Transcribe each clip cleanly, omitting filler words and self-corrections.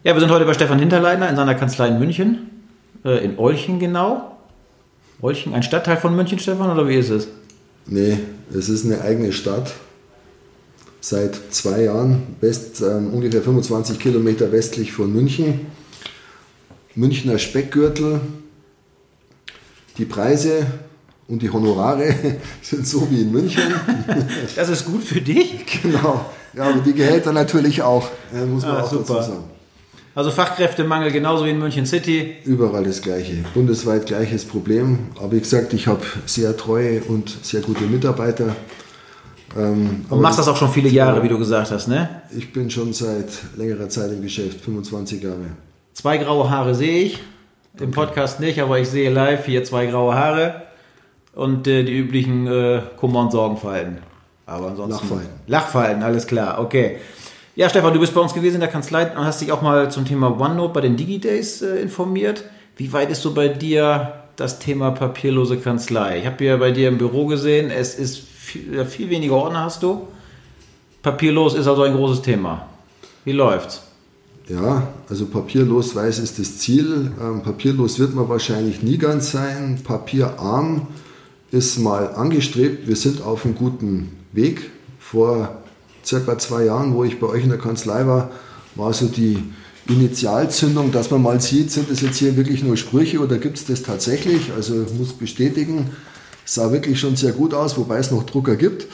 Ja, wir sind heute bei Stefan Hinterleitner in seiner Kanzlei in München, in Olching genau. Olching, ein Stadtteil von München, Stefan, oder wie ist es? Nee, es ist eine eigene Stadt. Seit 2 Jahren, ungefähr 25 Kilometer westlich von München. Münchner Speckgürtel. Die Preise und die Honorare sind so wie in München. Das ist gut für dich? Genau, ja, aber die Gehälter natürlich auch, muss man auch super. dazu sagen. Also Fachkräftemangel genauso wie in München City? Überall das Gleiche, bundesweit gleiches Problem. Aber wie gesagt, ich habe sehr treue und sehr gute Mitarbeiter. Und machst das auch schon viele Jahre, wie du gesagt hast, ne? Ich bin schon seit längerer Zeit im Geschäft, 25 Jahre. 2 graue Haare sehe ich, im Podcast nicht, aber ich sehe live hier 2 graue Haare und die üblichen Kummer- und Sorgenfalten. Aber ansonsten Lachfalten, alles klar, okay. Ja, Stefan, du bist bei uns gewesen in der Kanzlei und hast dich auch mal zum Thema OneNote bei den DigiDays informiert. Wie weit ist so bei dir das Thema papierlose Kanzlei? Ich habe ja bei dir im Büro gesehen, es ist viel weniger Ordner hast du. Papierlos ist also ein großes Thema. Wie läuft's? Ja, also papierlos weiß ist das Ziel. Papierlos wird man wahrscheinlich nie ganz sein. Papierarm ist mal angestrebt. Wir sind auf einem guten Weg. Vor circa 2 Jahren, wo ich bei euch in der Kanzlei war so die Initialzündung, dass man mal sieht, sind das jetzt hier wirklich nur Sprüche oder gibt es das tatsächlich? Also ich muss bestätigen, es sah wirklich schon sehr gut aus, wobei es noch Drucker gibt.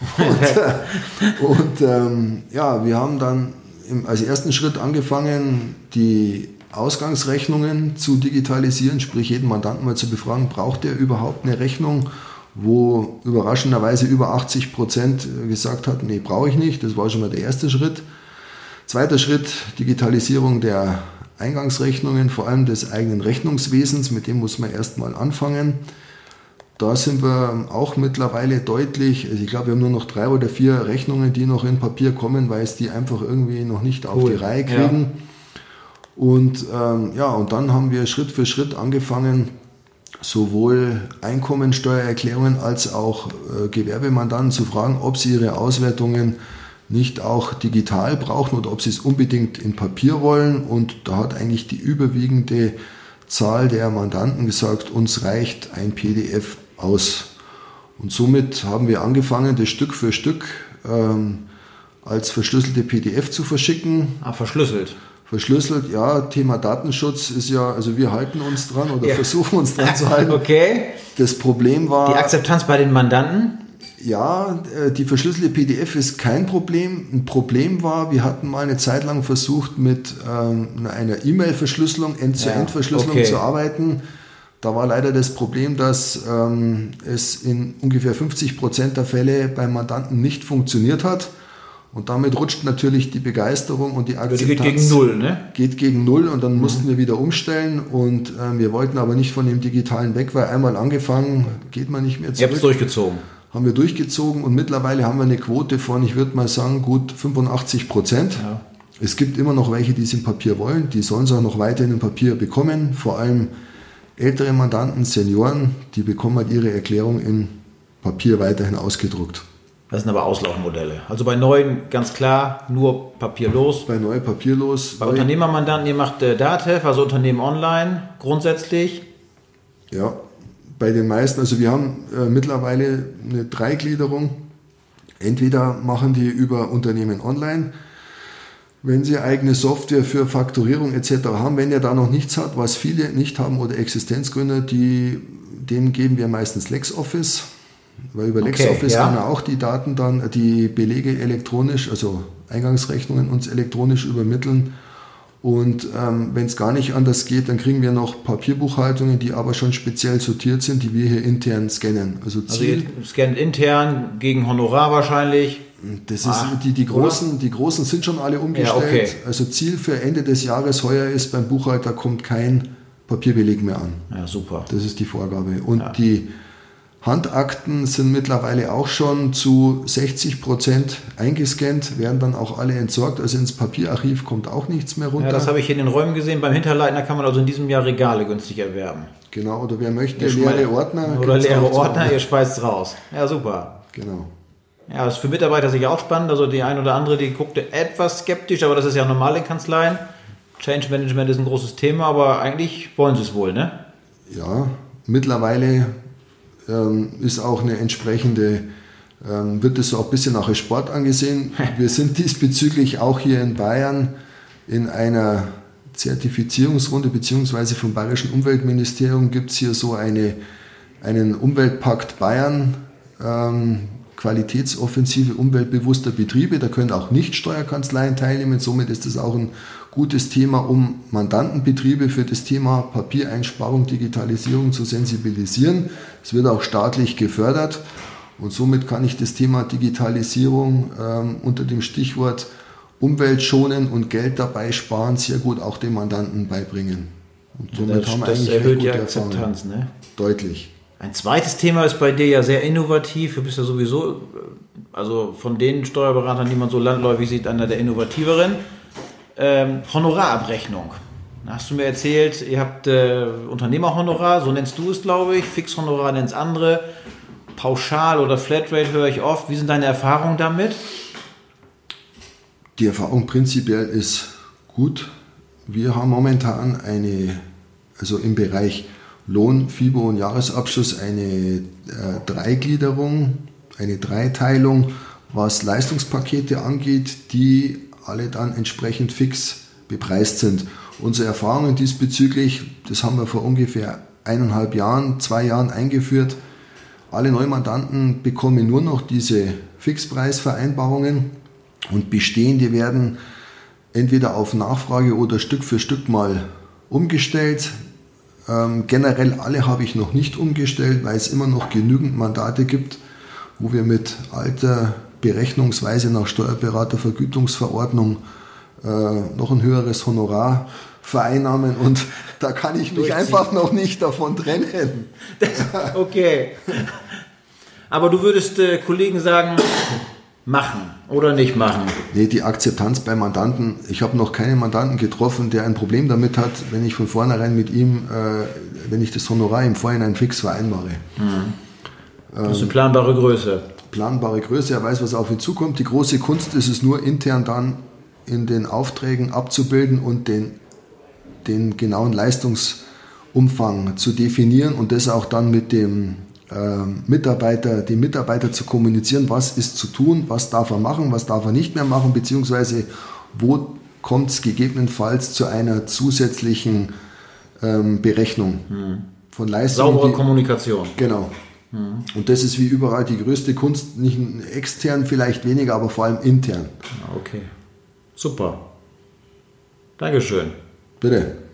Ja, wir haben dann als ersten Schritt angefangen, die Ausgangsrechnungen zu digitalisieren, sprich jeden Mandanten mal zu befragen, braucht er überhaupt eine Rechnung, wo überraschenderweise über 80% gesagt hat, nee, brauche ich nicht. Das war schon mal der erste Schritt. Zweiter Schritt, Digitalisierung der Eingangsrechnungen, vor allem des eigenen Rechnungswesens, mit dem muss man erstmal anfangen. Da sind wir auch mittlerweile deutlich, also ich glaube, wir haben nur noch 3 oder 4 Rechnungen, die noch in Papier kommen, weil es die einfach irgendwie noch nicht auf die Reihe kriegen. Ja. Und dann haben wir Schritt für Schritt angefangen, sowohl Einkommensteuererklärungen als auch Gewerbemandanten zu fragen, ob sie ihre Auswertungen nicht auch digital brauchen oder ob sie es unbedingt in Papier wollen. Und da hat eigentlich die überwiegende Zahl der Mandanten gesagt, uns reicht ein PDF aus. Und somit haben wir angefangen, das Stück für Stück als verschlüsselte PDF zu verschicken. Verschlüsselt. Verschlüsselt, ja, Thema Datenschutz ist ja, also wir halten uns dran oder versuchen uns dran zu halten. Okay. Das Problem war... Die Akzeptanz bei den Mandanten? Ja, die verschlüsselte PDF ist kein Problem. Ein Problem war, wir hatten mal eine Zeit lang versucht, mit einer E-Mail-Verschlüsselung, End-zu-End-Verschlüsselung zu arbeiten. Da war leider das Problem, dass es in ungefähr 50% der Fälle beim Mandanten nicht funktioniert hat. Und damit rutscht natürlich die Begeisterung und die Akzeptanz. Die geht gegen Null, ne? Geht gegen Null und dann mussten wir wieder umstellen und wir wollten aber nicht von dem Digitalen weg, weil einmal angefangen, geht man nicht mehr zurück. Ihr habt es durchgezogen. Haben wir durchgezogen und mittlerweile haben wir eine Quote von, ich würde mal sagen, gut 85%. Ja. Es gibt immer noch welche, die es in Papier wollen, die sollen es auch noch weiterhin in Papier bekommen, vor allem ältere Mandanten, Senioren, die bekommen halt ihre Erklärung in Papier weiterhin ausgedruckt. Das sind aber Auslaufmodelle. Also bei neuen ganz klar nur papierlos. Bei neu papierlos. Bei Unternehmermandanten, ihr macht DATEV, also Unternehmen online grundsätzlich. Ja, bei den meisten, also wir haben mittlerweile eine Dreigliederung. Entweder machen die über Unternehmen online, wenn sie eigene Software für Fakturierung etc. haben. Wenn ihr da noch nichts habt, was viele nicht haben oder Existenzgründer, dem geben wir meistens LexOffice. Weil über LexOffice kann man auch die Daten dann, die Belege elektronisch, also Eingangsrechnungen uns elektronisch übermitteln. Und wenn es gar nicht anders geht, dann kriegen wir noch Papierbuchhaltungen, die aber schon speziell sortiert sind, die wir hier intern scannen. Also ihr scannt intern gegen Honorar wahrscheinlich. Das ist die großen sind schon alle umgestellt. Ja, okay. Also Ziel für Ende des Jahres heuer ist, beim Buchhalter kommt kein Papierbeleg mehr an. Ja, super. Das ist die Vorgabe. Und die Handakten sind mittlerweile auch schon zu 60% eingescannt, werden dann auch alle entsorgt. Also ins Papierarchiv kommt auch nichts mehr runter. Ja, das habe ich in den Räumen gesehen. Beim Hinterleitner kann man also in diesem Jahr Regale günstig erwerben. Genau, oder wer möchte, leere Ordner. Oder leere Ordner, ihr speist es raus. Ja, super. Genau. Ja, das ist für Mitarbeiter sicher auch spannend. Also die ein oder andere, die guckte etwas skeptisch, aber das ist ja normal in Kanzleien. Change Management ist ein großes Thema, aber eigentlich wollen sie es wohl, ne? Ja, mittlerweile ist auch eine entsprechende, wird es so ein bisschen auch als Sport angesehen. Wir sind diesbezüglich auch hier in Bayern in einer Zertifizierungsrunde, beziehungsweise vom Bayerischen Umweltministerium gibt es hier so einen Umweltpakt Bayern, Qualitätsoffensive umweltbewusster Betriebe. Da können auch Nicht-Steuerkanzleien teilnehmen. Somit ist das auch ein gutes Thema, um Mandantenbetriebe für das Thema Papiereinsparung, Digitalisierung zu sensibilisieren. Es wird auch staatlich gefördert und somit kann ich das Thema Digitalisierung unter dem Stichwort Umwelt schonen und Geld dabei sparen sehr gut auch den Mandanten beibringen. Und somit haben wir eigentlich erhöht die Akzeptanz, ne? Deutlich. Ein zweites Thema ist bei dir ja sehr innovativ. Du bist ja sowieso, also von den Steuerberatern, die man so landläufig sieht, einer der innovativeren. Honorarabrechnung. Da hast du mir erzählt, ihr habt Unternehmerhonorar, so nennst du es, glaube ich. Fixhonorar nennst andere. Pauschal oder Flatrate höre ich oft. Wie sind deine Erfahrungen damit? Die Erfahrung prinzipiell ist gut. Wir haben momentan also im Bereich Lohn, FIBO und Jahresabschluss eine Dreigliederung, eine Dreiteilung, was Leistungspakete angeht, die alle dann entsprechend fix bepreist sind. Unsere Erfahrungen diesbezüglich, das haben wir vor ungefähr 1,5 Jahren, 2 Jahren eingeführt. Alle Neumandanten bekommen nur noch diese Fixpreisvereinbarungen und bestehende werden entweder auf Nachfrage oder Stück für Stück mal umgestellt. Generell alle habe ich noch nicht umgestellt, weil es immer noch genügend Mandate gibt, wo wir mit alter Berechnungsweise nach Steuerberatervergütungsverordnung noch ein höheres Honorar vereinnahmen und da kann ich mich einfach noch nicht davon trennen. Okay. Aber du würdest Kollegen sagen, machen oder nicht machen? Nee, die Akzeptanz bei Mandanten, ich habe noch keinen Mandanten getroffen, der ein Problem damit hat, wenn ich von vornherein mit ihm, wenn ich das Honorar im Vorhinein fix vereinbare. Das ist eine planbare Größe. Planbare Größe, er weiß, was auf ihn zukommt. Die große Kunst ist es nur intern dann in den Aufträgen abzubilden und den genauen Leistungsumfang zu definieren und das auch dann mit dem Mitarbeiter zu kommunizieren, was ist zu tun, was darf er machen, was darf er nicht mehr machen, beziehungsweise wo kommt es gegebenenfalls zu einer zusätzlichen Berechnung von Leistungen. Saubere Kommunikation. Genau. Und das ist wie überall die größte Kunst, nicht extern vielleicht weniger, aber vor allem intern. Okay, super. Dankeschön. Bitte.